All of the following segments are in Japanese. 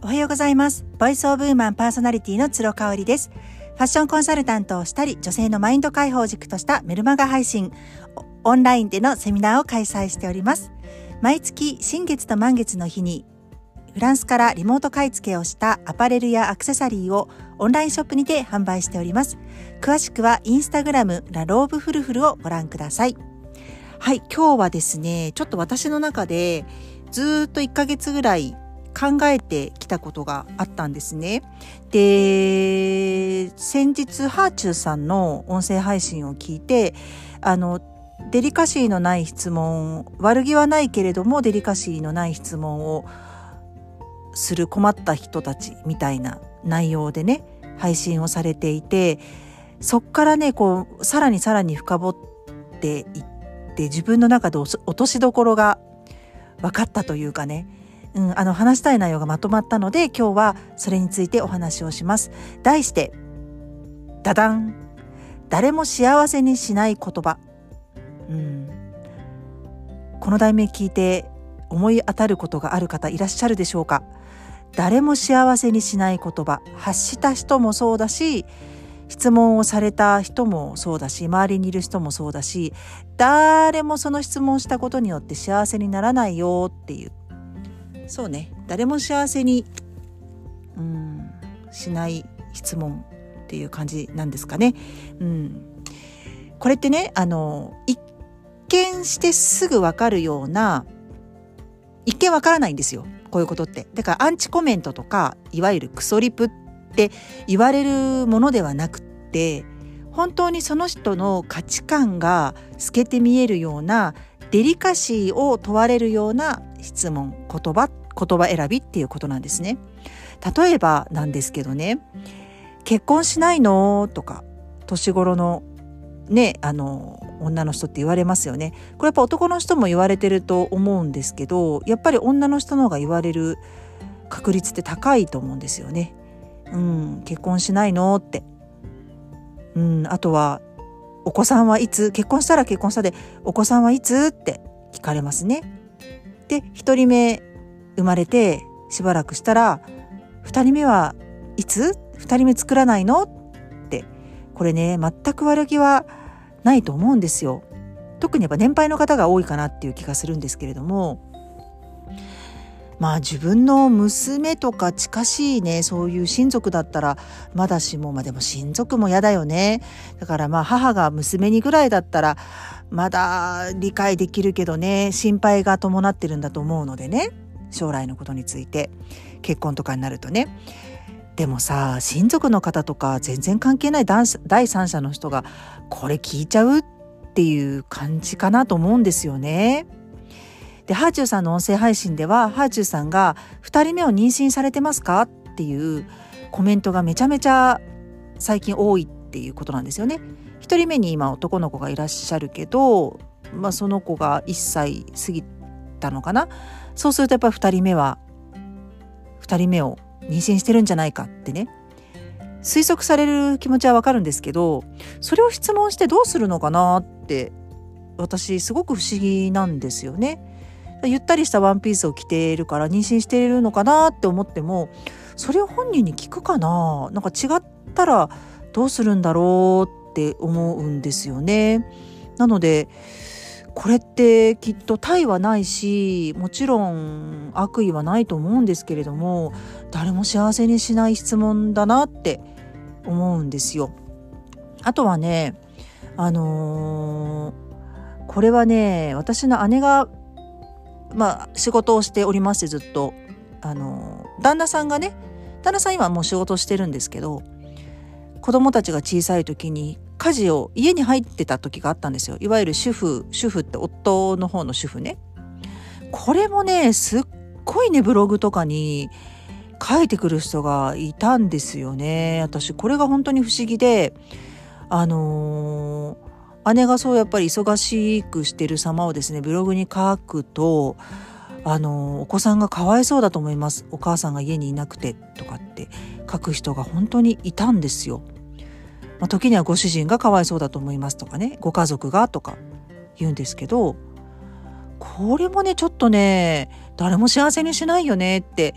おはようございます。ボイスオブウーマンパーソナリティの鶴香織です。ファッションコンサルタントをしたり、女性のマインド解放軸としたメルマガ配信、オンラインでのセミナーを開催しております。毎月新月と満月の日にフランスからリモート買い付けをしたアパレルやアクセサリーをオンラインショップにて販売しております。詳しくはインスタグラムラローブフルフルをご覧ください。はい、今日はですね、ちょっと私の中でずっと1ヶ月ぐらい考えてきたことがあったんですね。で、先日ハーチューさんの音声配信を聞いて、デリカシーのない質問、悪気はないけれどもデリカシーのない質問をする困った人たちみたいな内容でね、配信をされていて、そっからね、さらに深掘っていって自分の中で落としどころが分かったというかね、話したい内容がまとまったので、今日はそれについてお話をします。題して、ダダン、誰も幸せにしない言葉。この題名聞いて思い当たることがある方いらっしゃるでしょうか。誰も幸せにしない言葉、発した人もそうだし、質問をされた人もそうだし、周りにいる人もそうだし、誰もその質問をしたことによって幸せにならないよっていう、そうね、誰も幸せにしない質問っていう感じなんですかね。これってね、一見してすぐわかるような、一見わからないんですよ、こういうことって。だからアンチコメントとか、いわゆるクソリプって言われるものではなくって、本当にその人の価値観が透けて見えるような、デリカシーを問われるような質問、言葉選びっていうことなんですね。例えばなんですけどね、結婚しないのとか、年頃のね、女の人って言われますよね。これやっぱ男の人も言われてると思うんですけど、やっぱり女の人の方が言われる確率って高いと思うんですよね。結婚しないのって。あとは、お子さんはいつ、結婚したら結婚したで、お子さんはいつって聞かれますね。で、一人目生まれてしばらくしたら、二人目はいつ？二人目作らないの？って。これね、全く悪気はないと思うんですよ。特にやっぱ年配の方が多いかなっていう気がするんですけれども、自分の娘とか近しいね、そういう親族だったらまだしも、でも親族も嫌だよね。だから母が娘にぐらいだったらまだ理解できるけどね、心配が伴ってるんだと思うのでね、将来のことについて、結婚とかになるとね。でもさ、親族の方とか全然関係ない第三者の人がこれ聞いちゃうっていう感じかなと思うんですよね。で、ハーチューさんの音声配信では、ハーチューさんが2人目を妊娠されてますかっていうコメントがめちゃめちゃ最近多いっていうことなんですよね。1人目に今男の子がいらっしゃるけど、その子が1歳過ぎたのかな。そうするとやっぱり2人目を妊娠してるんじゃないかってね、推測される気持ちはわかるんですけど、それを質問してどうするのかなって私すごく不思議なんですよね。ゆったりしたワンピースを着ているから妊娠しているのかなって思っても、それを本人に聞くかな、なんか違ったらどうするんだろうって思うんですよね。なのでこれってきっと他はないし、もちろん悪意はないと思うんですけれども、誰も幸せにしない質問だなって思うんですよ。あとはね、これはね、私の姉が仕事をしておりまして、ずっと旦那さん今もう仕事してるんですけど、子供たちが小さい時に家事を家に入ってた時があったんですよ。いわゆる主婦って夫の方の主婦ね。これもね、すっごいね、ブログとかに書いてくる人がいたんですよね。私これが本当に不思議で、姉がそうやっぱり忙しくしてる様をですね、ブログに書くと、お子さんがかわいそうだと思います、お母さんが家にいなくてとかって書く人が本当にいたんですよ。時にはご主人がかわいそうだと思いますとかね、ご家族がとか言うんですけど、これもね、ちょっとね、誰も幸せにしないよねって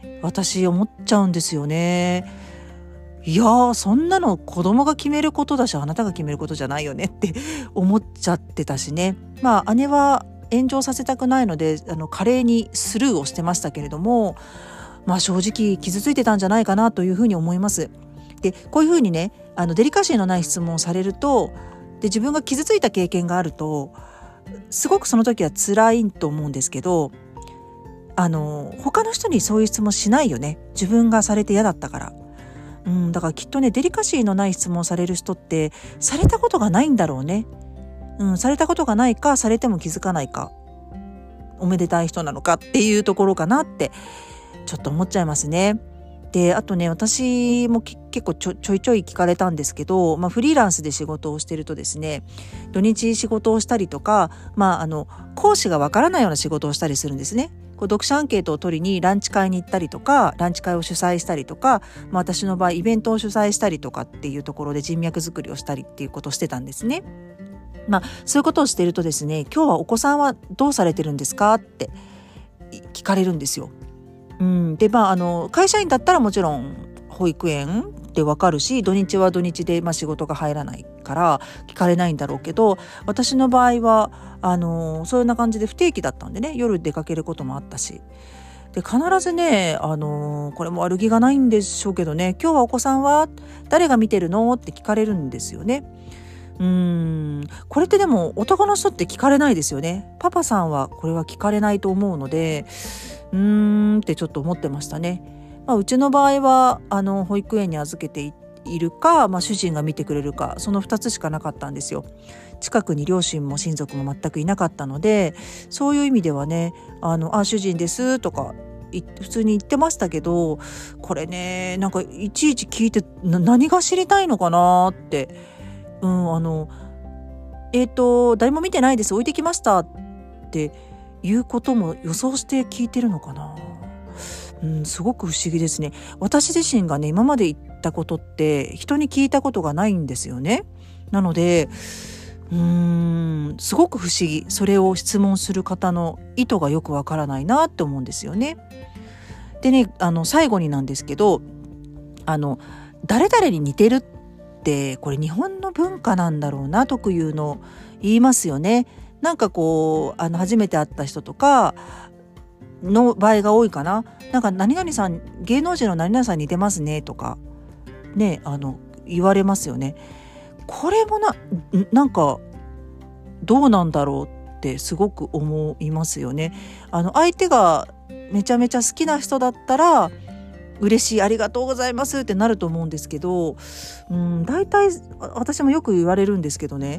私思っちゃうんですよね。いやー、そんなの子供が決めることだし、あなたが決めることじゃないよねって思っちゃってたしね。姉は炎上させたくないので華麗にスルーをしてましたけれども、正直傷ついてたんじゃないかなというふうに思います。でこういうふうにねデリカシーのない質問をされると、で自分が傷ついた経験があるとすごくその時は辛いと思うんですけど、他の人にそういう質問しないよね。自分がされて嫌だったから。だからきっとね、デリカシーのない質問される人ってされたことがないんだろうね。されたことがないか、されても気づかないか、おめでたい人なのかっていうところかなってちょっと思っちゃいますね。であとね、私も結構ちょいちょい聞かれたんですけど、フリーランスで仕事をしてるとですね、土日仕事をしたりとか、講師がわからないような仕事をしたりするんですね。読者アンケートを取りにランチ会に行ったりとか、ランチ会を主催したりとか、私の場合イベントを主催したりとかっていうところで人脈作りをしたりっていうことをしてたんですね。そういうことをしているとですね、今日はお子さんはどうされてるんですかって聞かれるんですよ。で会社員だったらもちろん保育園でわかるし、土日は土日で仕事が入らないから聞かれないんだろうけど、私の場合はそういうな感じで不定期だったんでね、夜出かけることもあったし、で必ずねこれも悪気がないんでしょうけどね、今日はお子さんは誰が見てるのって聞かれるんですよね。これってでも男の人って聞かれないですよね。パパさんはこれは聞かれないと思うので、ってちょっと思ってましたね。うちの場合は保育園に預けているか、主人が見てくれるか、その2つしかなかったんですよ。近くに両親も親族も全くいなかったので、そういう意味ではね主人ですとか普通に言ってましたけど、これねいちいち聞いて何が知りたいのかなって、誰も見てないです、置いてきましたっていうことも予想して聞いてるのかな。すごく不思議ですね。私自身がね、今まで言ったことって人に聞いたことがないんですよね。なのですごく不思議。それを質問する方の意図がよくわからないなって思うんですよね。でね、最後になんですけど、誰々に似てるってこれ日本の文化なんだろうな、特有の言いますよね。初めて会った人とかの場合が多いかな。何々さん、芸能人の何々さん似てますねとかね、言われますよね。これもどうなんだろうってすごく思いますよね。相手がめちゃめちゃ好きな人だったら嬉しい、ありがとうございますってなると思うんですけど、大体私もよく言われるんですけどね、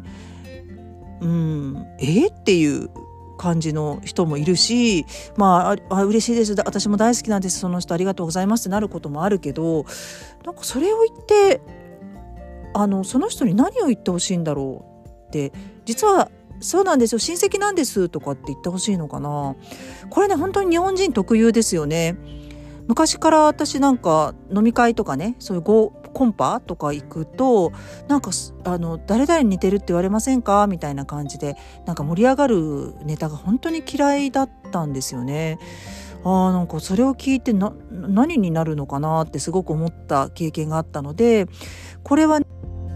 っていう感じの人もいるし、嬉しいです、私も大好きなんです、その人ありがとうございますってなることもあるけど、それを言ってその人に何を言ってほしいんだろうって、実はそうなんですよ、親戚なんですとかって言ってほしいのかな。これね、本当に日本人特有ですよね。昔から私飲み会とかね、そういうコンパとか行くと誰々に似てるって言われませんかみたいな感じで盛り上がるネタが本当に嫌いだったんですよね。それを聞いて何になるのかなってすごく思った経験があったので、これは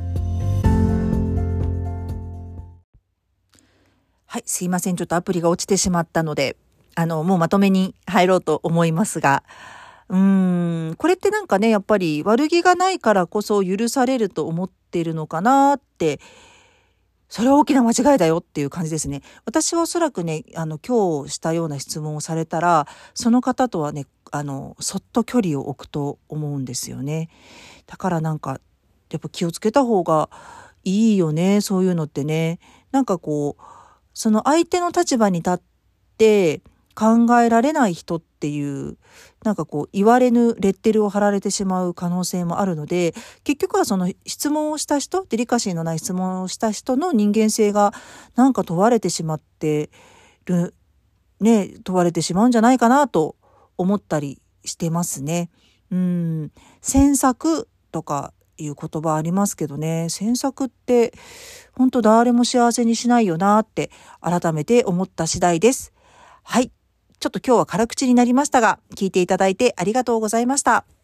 はい、すいません、ちょっとアプリが落ちてしまったのでもうまとめに入ろうと思いますが、これってやっぱり悪気がないからこそ許されると思ってるのかなって、それは大きな間違いだよっていう感じですね。私はおそらくね、今日したような質問をされたら、その方とはね、そっと距離を置くと思うんですよね。だからやっぱ気をつけた方がいいよね、そういうのってね。その相手の立場に立って考えられない人っていう言われぬレッテルを貼られてしまう可能性もあるので、結局はその質問をした人、デリカシーのない質問をした人の人間性が問われてしまってるね、問われてしまうんじゃないかなと思ったりしてますね。詮索とかいう言葉ありますけどね、詮索って本当誰も幸せにしないよなって改めて思った次第です。はい。 ちょっと今日は辛口になりましたが、聞いていただいてありがとうございました。